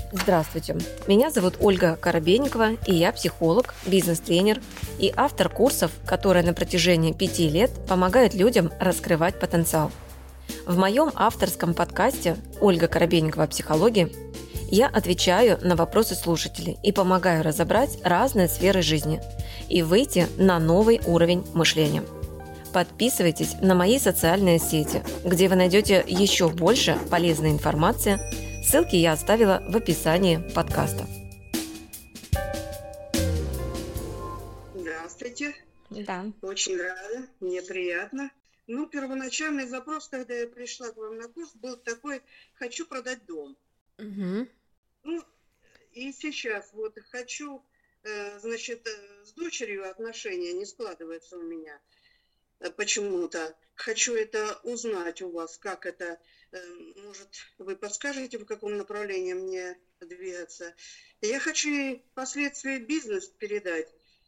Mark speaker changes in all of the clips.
Speaker 1: Здравствуйте, меня зовут Ольга Коробейникова, и я психолог, бизнес-тренер и автор курсов, которые на протяжении 5 лет помогают людям раскрывать потенциал. В моем авторском подкасте «Ольга Коробейникова о психологии» я отвечаю на вопросы слушателей и помогаю разобрать разные сферы жизни и выйти на новый уровень мышления. Подписывайтесь на мои социальные сети, где вы найдете еще больше полезной информации. Ссылки я оставила в описании подкаста.
Speaker 2: Здравствуйте.
Speaker 1: Да.
Speaker 2: Очень рада, мне приятно. Первоначальный запрос, когда я пришла к вам на курс, был такой: хочу продать дом.
Speaker 1: Угу.
Speaker 2: И сейчас хочу, с дочерью отношения не складываются у меня почему-то. Хочу это узнать у вас, как это, может, вы подскажете, в каком направлении мне двигаться. Я хочу ей впоследствии бизнес передать.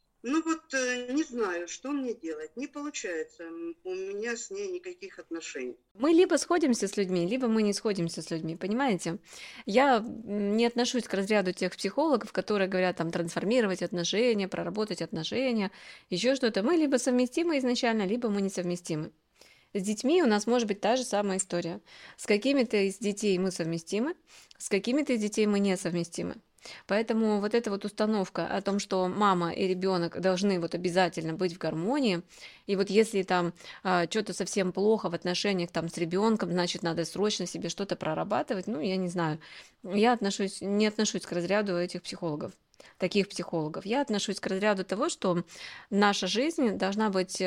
Speaker 2: Не знаю, что мне делать. Не получается у меня с ней никаких отношений.
Speaker 1: Мы либо сходимся с людьми, либо мы не сходимся с людьми, понимаете? Я не отношусь к разряду тех психологов, которые говорят трансформировать отношения, проработать отношения, еще что-то. Мы либо совместимы изначально, либо мы несовместимы. С детьми у нас может быть та же самая история. С какими-то из детей мы совместимы, с какими-то из детей мы несовместимы. Поэтому вот эта вот установка о том, что мама и ребенок должны обязательно быть в гармонии, и если что-то совсем плохо в отношениях с ребенком, значит, надо срочно себе что-то прорабатывать, я не знаю. Я не отношусь к разряду этих психологов, таких психологов. Я отношусь к разряду того, что наша жизнь должна быть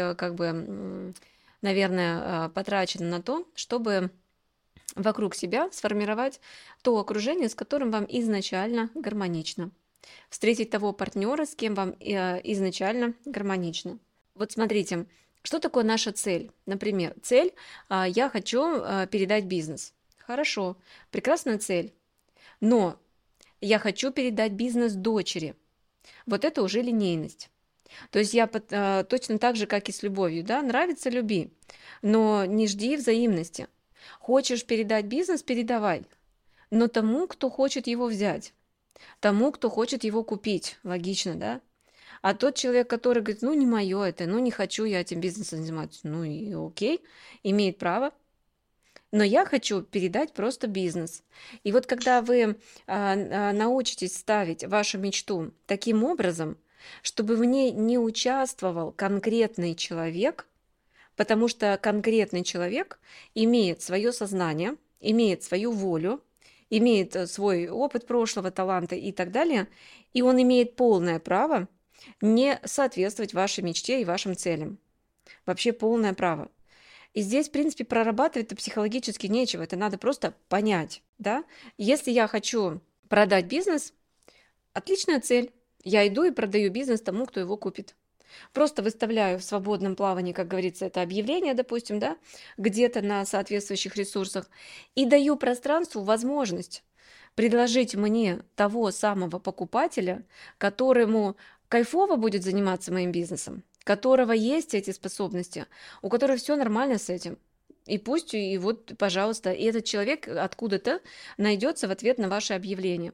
Speaker 1: наверное, потрачена на то, чтобы вокруг себя сформировать то окружение, с которым вам изначально гармонично. Встретить того партнера, с кем вам изначально гармонично. Вот смотрите, что такое наша цель? Например, цель «я хочу передать бизнес». Хорошо, прекрасная цель. Но я хочу передать бизнес дочери. Вот это уже линейность. То есть я точно так же, как и с любовью, да, нравится — люби, но не жди взаимности. Хочешь передать бизнес — передавай, но тому, кто хочет его взять, тому, кто хочет его купить, логично, да? А тот человек, который говорит: не мое это, не хочу я этим бизнесом заниматься, и окей, имеет право. Но я хочу передать просто бизнес. И вот когда вы научитесь ставить вашу мечту таким образом, чтобы в ней не участвовал конкретный человек, потому что конкретный человек имеет свое сознание, имеет свою волю, имеет свой опыт прошлого, таланты и так далее, и он имеет полное право не соответствовать вашей мечте и вашим целям. Вообще полное право. И здесь, в принципе, прорабатывать-то психологически нечего, это надо просто понять, да? Если я хочу продать бизнес, отличная цель. Я иду и продаю бизнес тому, кто его купит. Просто выставляю в свободном плавании, как говорится, это объявление, допустим, да, где-то на соответствующих ресурсах, и даю пространству возможность предложить мне того самого покупателя, которому кайфово будет заниматься моим бизнесом, у которого есть эти способности, у которого все нормально с этим. И пусть, пожалуйста, и этот человек откуда-то найдется в ответ на ваше объявление.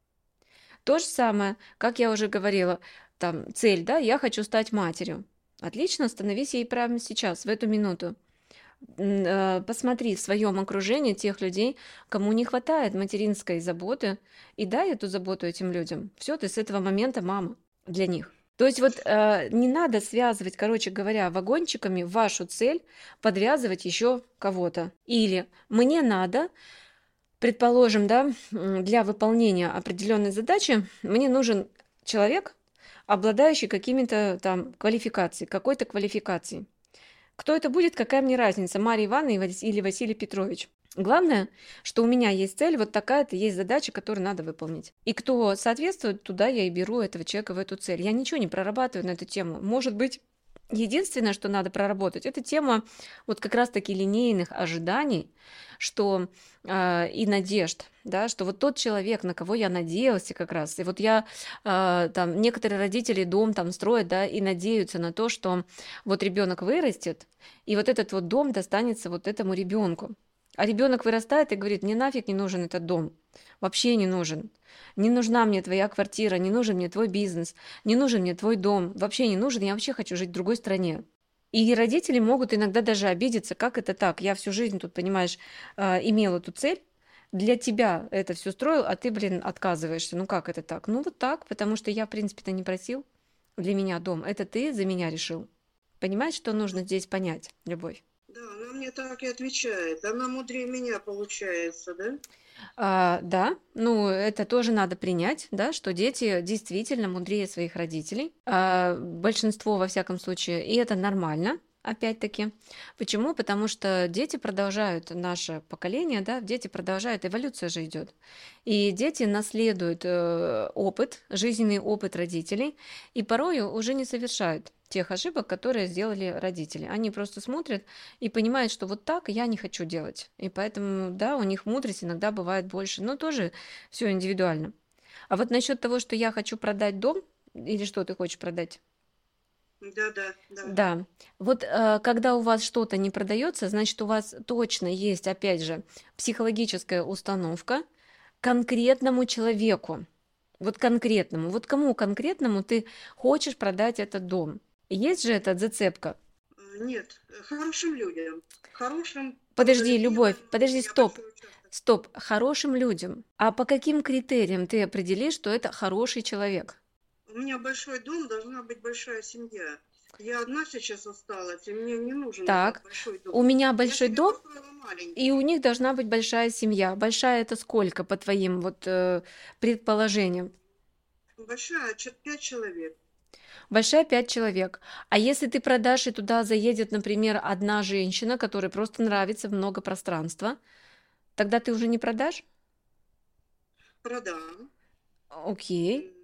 Speaker 1: То же самое, как я уже говорила, цель, да, я хочу стать матерью. Отлично, становись ей прямо сейчас, в эту минуту. Посмотри в своем окружении тех людей, кому не хватает материнской заботы, и дай эту заботу этим людям. Все, ты с этого момента мама для них. То есть не надо связывать, вагончиками вашу цель, подвязывать еще кого-то. Или мне надо, предположим, да, для выполнения определенной задачи мне нужен человек, обладающий какими-то какой-то квалификацией. Кто это будет, какая мне разница, Марья Ивановна или Василий Петрович. Главное, что у меня есть цель, такая-то есть задача, которую надо выполнить. И кто соответствует, туда я и беру этого человека в эту цель. Я ничего не прорабатываю на эту тему. Может быть, единственное, что надо проработать, это тема как раз-таки линейных ожиданий, что и надежд, да, что тот человек, на кого я надеялся как раз, и я, некоторые родители дом строят, да, и надеются на то, что ребенок вырастет, и этот дом достанется этому ребенку. А ребенок вырастает и говорит: мне нафиг не нужен этот дом, вообще не нужен. Не нужна мне твоя квартира, не нужен мне твой бизнес, не нужен мне твой дом, вообще не нужен, я вообще хочу жить в другой стране. И родители могут иногда даже обидеться, как это так? Я всю жизнь тут, понимаешь, имел эту цель, для тебя это все строил, а ты, блин, отказываешься. Ну как это так? Ну вот так, потому что я, в принципе-то, не просил для меня дом. Это ты за меня решил. Понимаешь, что нужно здесь понять, Любовь?
Speaker 2: Да, она мне так и отвечает. Она мудрее меня получается, да?
Speaker 1: Да, ну это тоже надо принять, да, что дети действительно мудрее своих родителей, большинство во всяком случае, и это нормально. Опять-таки. Почему? Потому что дети продолжают наше поколение, да, дети продолжают, эволюция же идет. И дети наследуют опыт, жизненный опыт родителей, и порою уже не совершают тех ошибок, которые сделали родители. Они просто смотрят и понимают, что вот так я не хочу делать. И поэтому, да, у них мудрость иногда бывает больше, но тоже все индивидуально. А вот насчет того, что я хочу продать дом, или что ты хочешь продать?
Speaker 2: Да, да, да.
Speaker 1: Да, вот когда у вас что-то не продается, значит, у вас точно есть, опять же, психологическая установка конкретному человеку. Вот конкретному. Вот кому конкретному ты хочешь продать этот дом? Есть же эта зацепка.
Speaker 2: Нет, хорошим людям. Хорошим,
Speaker 1: Подожди, Любовь,
Speaker 2: трудолюбивым. У
Speaker 1: подожди,
Speaker 2: меня
Speaker 1: стоп.
Speaker 2: большой участок.
Speaker 1: Стоп, хорошим людям. А по каким критериям ты определишь, что это хороший человек?
Speaker 2: У меня большой дом, должна быть большая семья. Я одна сейчас осталась, и мне не нужен этот
Speaker 1: Так,
Speaker 2: большой
Speaker 1: у
Speaker 2: дом.
Speaker 1: меня
Speaker 2: Я
Speaker 1: большой
Speaker 2: себе
Speaker 1: дом,
Speaker 2: построила
Speaker 1: и
Speaker 2: маленький.
Speaker 1: у них должна быть большая семья. Большая это сколько, по твоим вот предположениям?
Speaker 2: Большая, 5 человек.
Speaker 1: Большая 5 человек. А если ты продашь, и туда заедет, например, одна женщина, которой просто нравится много пространства, тогда ты уже не продашь?
Speaker 2: Продам.
Speaker 1: Окей.
Speaker 2: М,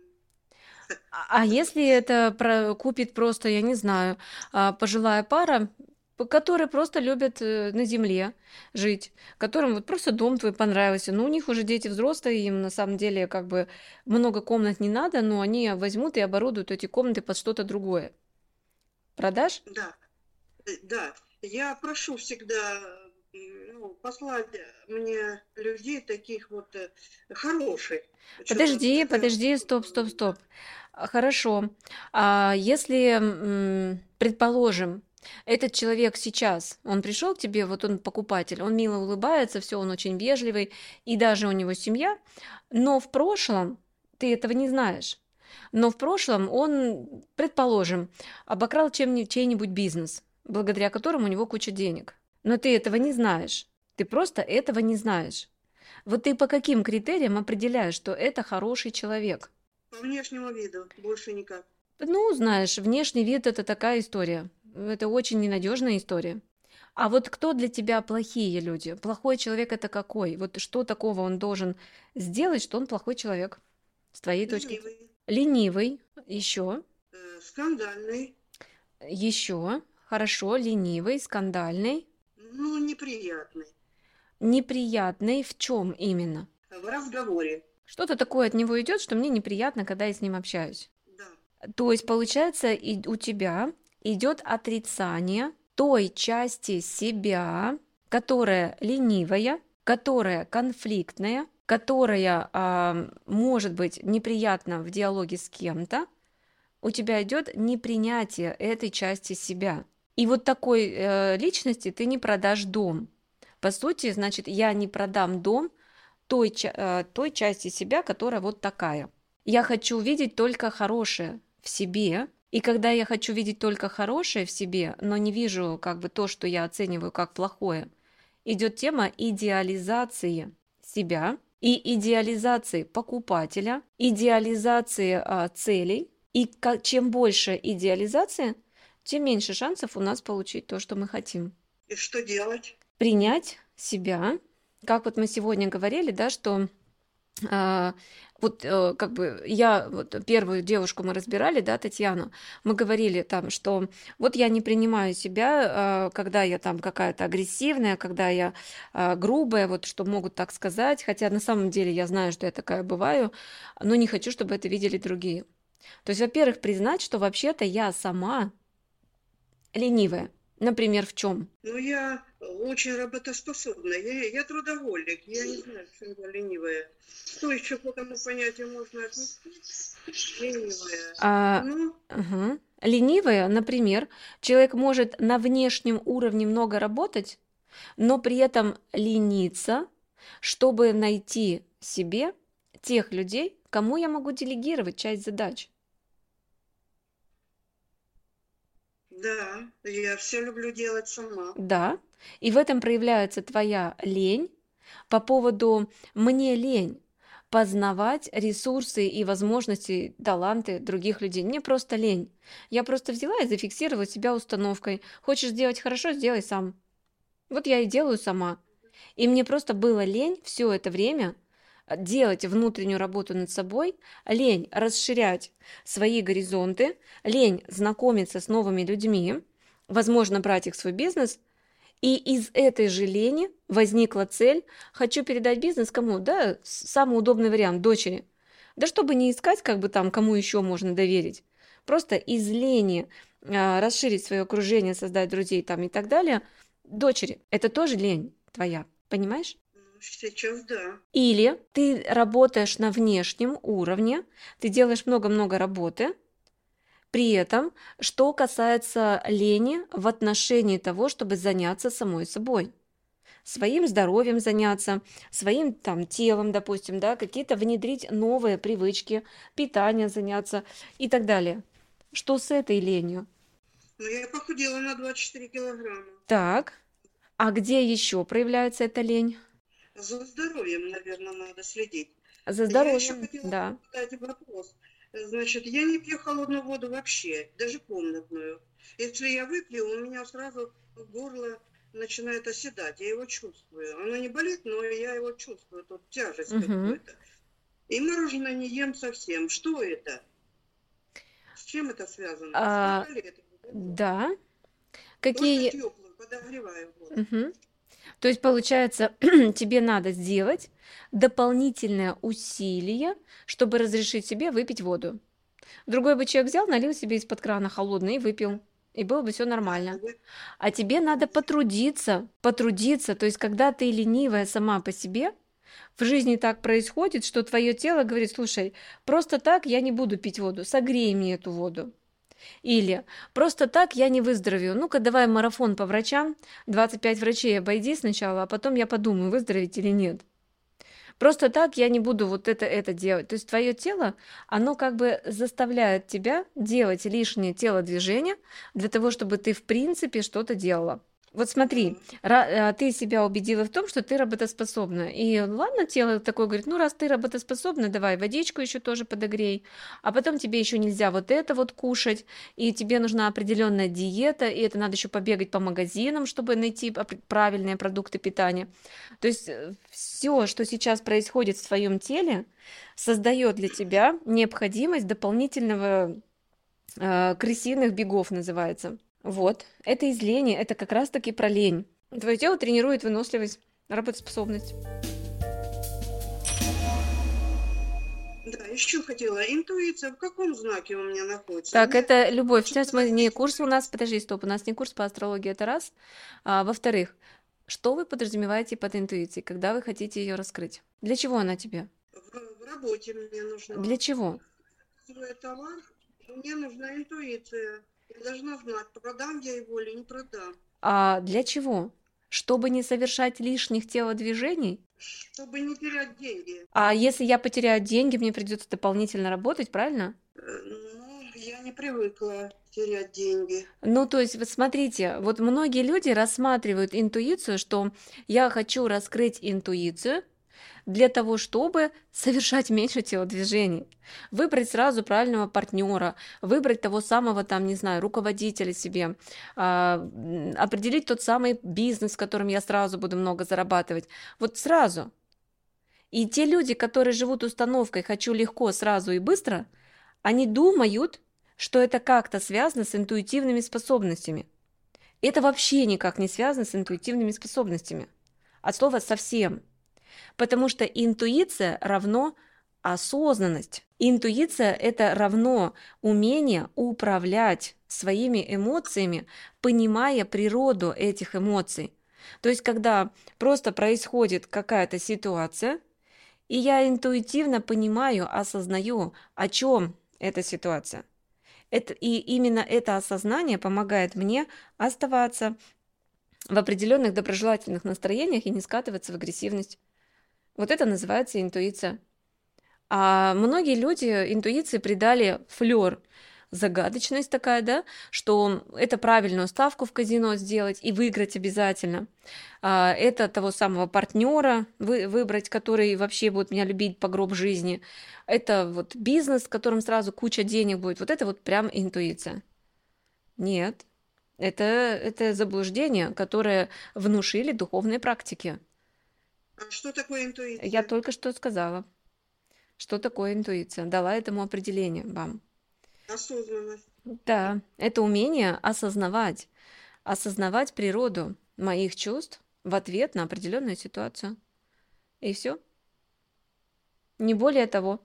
Speaker 1: А если это купит просто, я не знаю, пожилая пара, которые просто любят на земле жить, которым вот просто дом твой понравился, но у них уже дети взрослые, им на самом деле как бы много комнат не надо, но они возьмут и оборудуют эти комнаты под что-то другое. Продашь?
Speaker 2: Да, да. Я прошу всегда ну, послать мне людей таких вот хороших. Что-то
Speaker 1: Подожди,
Speaker 2: хорошее
Speaker 1: подожди, стоп, стоп,
Speaker 2: построить, да.
Speaker 1: стоп. Хорошо. А если, предположим, этот человек сейчас, он пришел к тебе, вот он покупатель, он мило улыбается, все, он очень вежливый, и даже у него семья, но в прошлом ты этого не знаешь. Но в прошлом он, предположим, обокрал чей-нибудь бизнес, благодаря которому у него куча денег. Но ты этого не
Speaker 2: Мгм.
Speaker 1: знаешь. Ты просто этого не знаешь. Вот ты по каким критериям определяешь, что это хороший человек?
Speaker 2: По внешнему виду, больше никак.
Speaker 1: Ну, знаешь, внешний вид– это такая история. Это очень ненадежная история. А вот кто для тебя плохие люди? Плохой человек– это какой? Вот что такого он должен сделать, что он плохой человек, с твоей точки зрения?
Speaker 2: Ленивый,
Speaker 1: Ленивый, еще,
Speaker 2: скандальный,
Speaker 1: еще, хорошо, ленивый, скандальный,
Speaker 2: ну, неприятный
Speaker 1: неприятный, в чем именно?
Speaker 2: в разговоре.
Speaker 1: Что-то такое от него идет, что мне неприятно, когда я с ним общаюсь.
Speaker 2: Да,
Speaker 1: То есть, получается, и у тебя идет отрицание той части себя, которая ленивая, которая конфликтная, которая может быть неприятна в диалоге с кем-то. У тебя идет непринятие этой части себя. И вот такой личности ты не продашь дом. По сути, значит, я не продам дом той части себя, которая вот такая. Я хочу видеть только хорошее в себе. И когда я хочу видеть только хорошее в себе, но не вижу как бы то, что я оцениваю как плохое, идет тема идеализации себя и идеализации покупателя, идеализации целей. И чем больше идеализация, тем меньше шансов у нас получить то, что мы хотим.
Speaker 2: и что делать?
Speaker 1: Принять себя, как вот мы сегодня говорили, да, что а, вот как бы я, вот первую девушку мы разбирали, да, Татьяну, мы говорили там, что вот я не принимаю себя, когда я там какая-то агрессивная, когда я грубая, вот что могут так сказать, хотя на самом деле я знаю, что я такая бываю, но не хочу, чтобы это видели другие. То есть, во-первых, признать, что вообще-то я сама ленивая. Например, в чем?
Speaker 2: Ну, я очень работоспособная. Я трудоголик, я не знаю, что я ленивая. Что еще по этому понятию можно отнести? Ленивая.
Speaker 1: А,
Speaker 2: Ну,
Speaker 1: Ленивая, например, человек может на внешнем уровне много работать, но при этом лениться, чтобы найти себе тех людей, кому я могу делегировать часть задач.
Speaker 2: да, я все люблю делать сама.
Speaker 1: Да, и в этом проявляется твоя лень по поводу «мне лень» познавать ресурсы и возможности, таланты других людей. Мне просто лень. Я просто взяла и зафиксировала себя установкой. Хочешь сделать хорошо, сделай сам. Вот я и делаю сама. И мне просто было лень все это время делать внутреннюю работу над собой, лень расширять свои горизонты, лень знакомиться с новыми людьми, возможно, брать их в свой бизнес. И из этой же лени возникла цель: хочу передать бизнес кому? Да, самый удобный вариант – дочери. Да чтобы не искать, как бы там, кому еще можно доверить. Просто из лени расширить свое окружение, создать друзей там и так далее. Дочери – это тоже лень твоя, понимаешь?
Speaker 2: Сейчас да.
Speaker 1: Или ты работаешь на внешнем уровне, ты делаешь много-много работы, при этом, что касается лени в отношении того, чтобы заняться самой собой, своим здоровьем заняться, своим там телом, допустим, да, какие-то внедрить новые привычки, питание заняться и так далее. Что с этой ленью?
Speaker 2: Ну, я похудела на 24 килограмма.
Speaker 1: Так, а где еще проявляется эта лень?
Speaker 2: За здоровьем, наверное, надо следить.
Speaker 1: За
Speaker 2: Я еще
Speaker 1: здоровьем,
Speaker 2: хотела
Speaker 1: да.
Speaker 2: задать вопрос. Значит, я не пью холодную воду вообще, даже комнатную. Если я выпью, у меня сразу горло начинает оседать. Я его чувствую. Оно не болит, но я его чувствую. Тут тяжесть
Speaker 1: Мгм.
Speaker 2: какая-то. И мороженое не ем совсем. Что это? С чем это связано?
Speaker 1: А,
Speaker 2: Сколько лет я не пью?
Speaker 1: да.
Speaker 2: Только
Speaker 1: Какие...
Speaker 2: теплую, подогреваю воду.
Speaker 1: Мгм. То есть, получается, тебе надо сделать дополнительное усилие, чтобы разрешить себе выпить воду. Другой бы человек взял, налил себе из-под крана холодный и выпил, и было бы все
Speaker 2: Да,
Speaker 1: нормально. А тебе надо потрудиться, потрудиться. То есть, когда ты ленивая сама по себе, в жизни так происходит, что твое тело говорит: слушай, просто так я не буду пить воду, согрей мне эту воду. Или просто так я не выздоровею. Ну-ка, давай марафон по врачам, 25 врачей обойди сначала, а потом я подумаю, выздороветь или нет. Просто так я не буду вот это делать. То есть твое тело, оно как бы заставляет тебя делать лишнее телодвижение для того, чтобы ты в принципе что-то делала. Вот смотри,
Speaker 2: да.
Speaker 1: ты себя убедила в том, что ты работоспособна. И ладно, тело такое говорит: ну раз ты работоспособна, давай водичку еще тоже подогрей, а потом тебе еще нельзя вот это вот кушать, и тебе нужна определенная диета, и это надо еще побегать по магазинам, чтобы найти правильные продукты питания. То есть все, что сейчас происходит в твоем теле, создает для тебя необходимость дополнительного крысиных бегов, называется. Вот, это из лени, это как раз-таки про лень. Твое тело тренирует выносливость, работоспособность.
Speaker 2: Да, еще хотела. Интуиция в каком знаке у меня находится?
Speaker 1: Так,
Speaker 2: Мне
Speaker 1: это любовь. Сейчас
Speaker 2: хочется
Speaker 1: мы не
Speaker 2: развить
Speaker 1: курс у нас,
Speaker 2: интуицию
Speaker 1: подожди, стоп, у нас не курс по астрологии, это раз. Во-вторых, что вы подразумеваете под интуицией, когда вы хотите ее раскрыть? Для чего она тебе?
Speaker 2: в работе мне
Speaker 1: Для
Speaker 2: нужна.
Speaker 1: чего?
Speaker 2: Свой товар, мне нужна интуиция. Я должна знать, продам я его или не продам.
Speaker 1: А для чего? Чтобы не совершать лишних телодвижений?
Speaker 2: Чтобы не терять деньги.
Speaker 1: А если я потеряю деньги, мне придется дополнительно работать, правильно?
Speaker 2: Ну, я не привыкла терять деньги.
Speaker 1: Ну, то есть, вот смотрите, вот многие люди рассматривают интуицию, что я хочу раскрыть интуицию для того, чтобы совершать меньше телодвижений, выбрать сразу правильного партнера, выбрать того самого там, не знаю, руководителя себе, определить тот самый бизнес, в котором я сразу буду много зарабатывать. Вот сразу. И те люди, которые живут установкой «хочу легко, сразу и быстро», они думают, что это как-то связано с интуитивными способностями. Это вообще никак не связано с интуитивными способностями. От слова «совсем». Потому что интуиция равно осознанность. Интуиция – это равно умение управлять своими эмоциями, понимая природу этих эмоций. То есть, когда просто происходит какая-то ситуация, и я интуитивно понимаю, осознаю, о чем эта ситуация. И именно это осознание помогает мне оставаться в определенных доброжелательных настроениях и не скатываться в агрессивность. Вот это называется интуиция. А многие люди интуиции придали флёр, загадочность такая, да, что это правильную ставку в казино сделать и выиграть обязательно. Это того самого партнера выбрать, который вообще будет меня любить по гроб жизни. Это вот бизнес, в котором сразу куча денег будет. Вот это вот прям интуиция. Нет, это заблуждение, которое внушили духовные практики.
Speaker 2: А что такое
Speaker 1: Я
Speaker 2: интуиция?
Speaker 1: только что сказала, что такое интуиция, дала этому определение вам.
Speaker 2: Осознанность.
Speaker 1: Да, это умение осознавать природу моих чувств в ответ на определенную ситуацию. И все, не более того.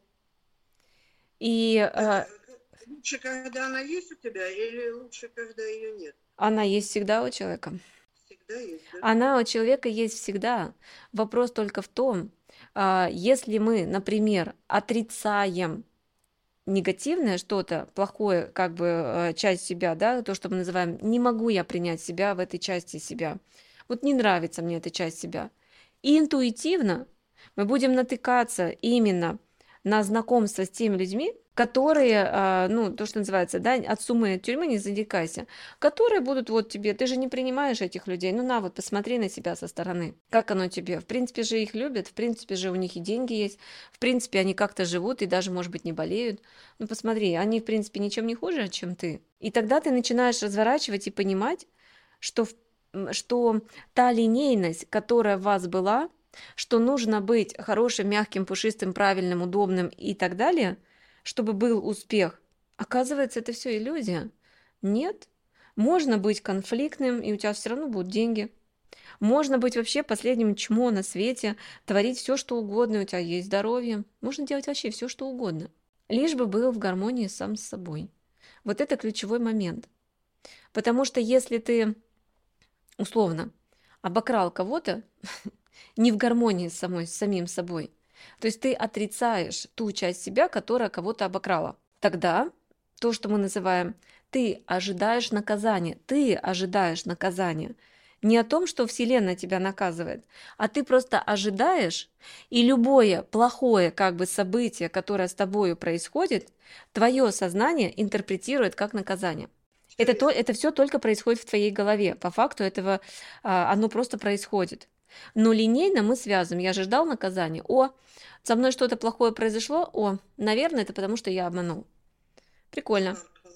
Speaker 1: И
Speaker 2: Лучше, когда она есть у тебя, или лучше, когда ее нет?
Speaker 1: она есть всегда у человека.
Speaker 2: Всегда есть, да?
Speaker 1: Она у человека есть всегда. Вопрос только в том, если мы, например, отрицаем негативное что-то, плохое, как бы часть себя, да, то, что мы называем, не могу я принять себя в этой части себя. Вот не нравится мне эта часть себя. И интуитивно мы будем натыкаться именно на знакомство с теми людьми, которые, ну, то, что называется, да, от суммы от тюрьмы не зарекайся, которые будут вот тебе, ты же не принимаешь этих людей, ну на, вот посмотри на себя со стороны, как оно тебе, в принципе же их любят, в принципе же у них и деньги есть, в принципе они как-то живут и даже, может быть, не болеют, ну посмотри, они, в принципе, ничем не хуже, чем ты. И тогда ты начинаешь разворачивать и понимать, что, что та линейность, которая в вас была, что нужно быть хорошим, мягким, пушистым, правильным, удобным и так далее, чтобы был успех. Оказывается, это все иллюзия. Нет. Можно быть конфликтным, и у тебя все равно будут деньги. Можно быть вообще последним чмо на свете, творить все, что угодно, у тебя есть здоровье. Можно делать вообще все, что угодно. Лишь бы был в гармонии сам с собой. Вот это ключевой момент. Потому что если ты, условно, обокрал кого-то, не в гармонии с самим собой. То есть ты отрицаешь ту часть себя, которая кого-то обокрала. Тогда то, что мы называем ты ожидаешь наказания. Не о том, что Вселенная тебя наказывает, а ты просто ожидаешь, и любое плохое как бы событие, которое с тобою происходит, твое сознание интерпретирует как наказание. Это все только происходит в твоей голове. По факту этого оно просто происходит. Но линейно мы связываем. Я же ждал наказания. О, со мной что-то плохое произошло. О, наверное, это потому, что я обманул. Прикольно.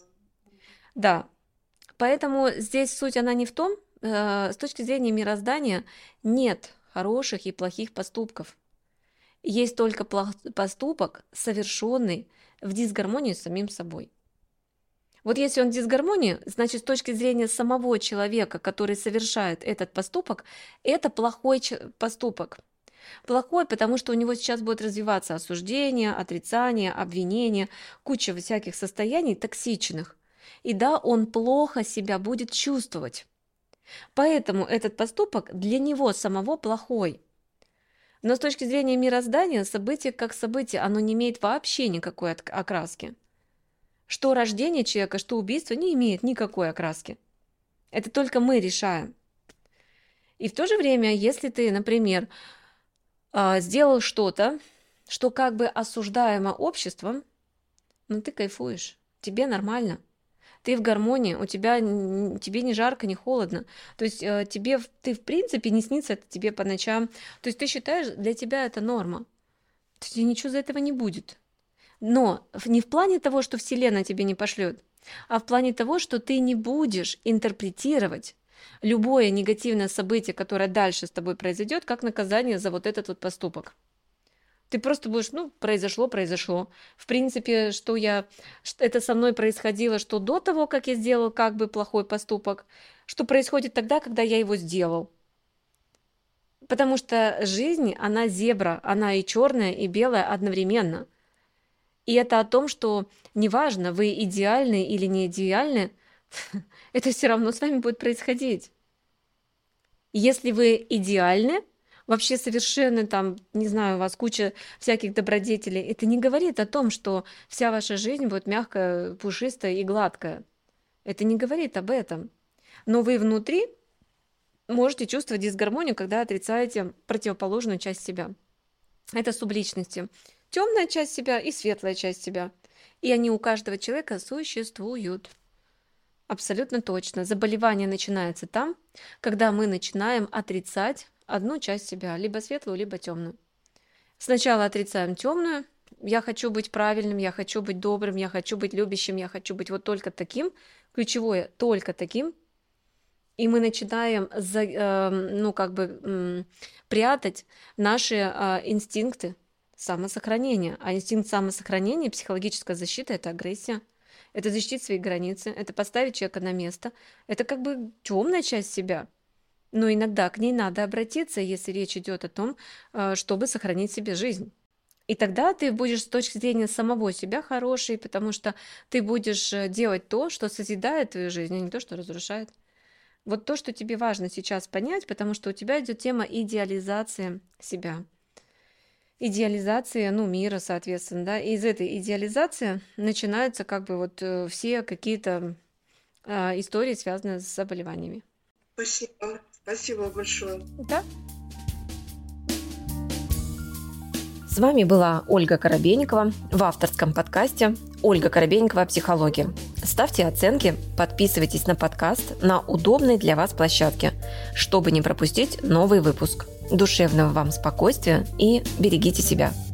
Speaker 1: Да. Поэтому здесь суть, она не в том, с точки зрения мироздания нет хороших и плохих поступков. Есть только поступок, совершенный в дисгармонии с самим собой. Вот если он в дисгармонии, значит, с точки зрения самого человека, который совершает этот поступок, это плохой поступок. Плохой, потому что у него сейчас будет развиваться осуждение, отрицание, обвинение, куча всяких состояний токсичных. И да, он плохо себя будет чувствовать. Поэтому этот поступок для него самого плохой. Но с точки зрения мироздания, событие как событие, оно не имеет вообще никакой окраски. Что рождение человека, что убийство не имеет никакой окраски. Это только мы решаем. И в то же время, если ты, например, сделал что-то, что как бы осуждаемо обществом, ну ты кайфуешь, тебе нормально. Ты в гармонии, тебе не жарко, не холодно. То есть ты в принципе не снится это тебе по ночам. То есть ты считаешь, для тебя это норма. То есть ничего за этого не будет. Но не в плане того, что Вселенная тебе не пошлет, а в плане того, что ты не будешь интерпретировать любое негативное событие, которое дальше с тобой произойдет, как наказание за вот этот вот поступок. Ты просто будешь, ну, произошло. В принципе, это со мной происходило, что до того, как я сделал как бы плохой поступок, что происходит тогда, когда я его сделал. Потому что жизнь, она зебра, она и черная, и белая одновременно. И это о том, что неважно, вы идеальны или не идеальны, это все равно с вами будет происходить. Если вы идеальны, вообще совершенно там, не знаю, у вас куча всяких добродетелей, это не говорит о том, что вся ваша жизнь будет мягкая, пушистая и гладкая. Это не говорит об этом. Но вы внутри можете чувствовать дисгармонию, когда отрицаете противоположную часть себя. Это субличности. Темная часть себя и светлая часть себя. И они у каждого человека существуют. Абсолютно точно. Заболевание начинается там, когда мы начинаем отрицать одну часть себя, либо светлую, либо темную. Сначала отрицаем темную. Я хочу быть правильным, я хочу быть добрым, я хочу быть любящим, я хочу быть вот только таким. Ключевое – только таким. И мы начинаем прятать наши инстинкты самосохранения. А инстинкт самосохранения, психологическая защита – это агрессия. Это защитить свои границы, это поставить человека на место. Это как бы темная часть себя. Но иногда к ней надо обратиться, если речь идет о том, чтобы сохранить себе жизнь. И тогда ты будешь с точки зрения самого себя хороший, потому что ты будешь делать то, что созидает твою жизнь, а не то, что разрушает. Вот то, что тебе важно сейчас понять, потому что у тебя идет тема идеализации себя. Идеализации, мира, соответственно, да. И из этой идеализации начинаются все какие-то истории, связанные с заболеваниями.
Speaker 2: Спасибо. Спасибо большое.
Speaker 1: Да. С вами была Ольга Коробейникова в авторском подкасте «Ольга Коробейникова о психологии». Ставьте оценки, подписывайтесь на подкаст на удобной для вас площадке, чтобы не пропустить новый выпуск. Душевного вам спокойствия и берегите себя.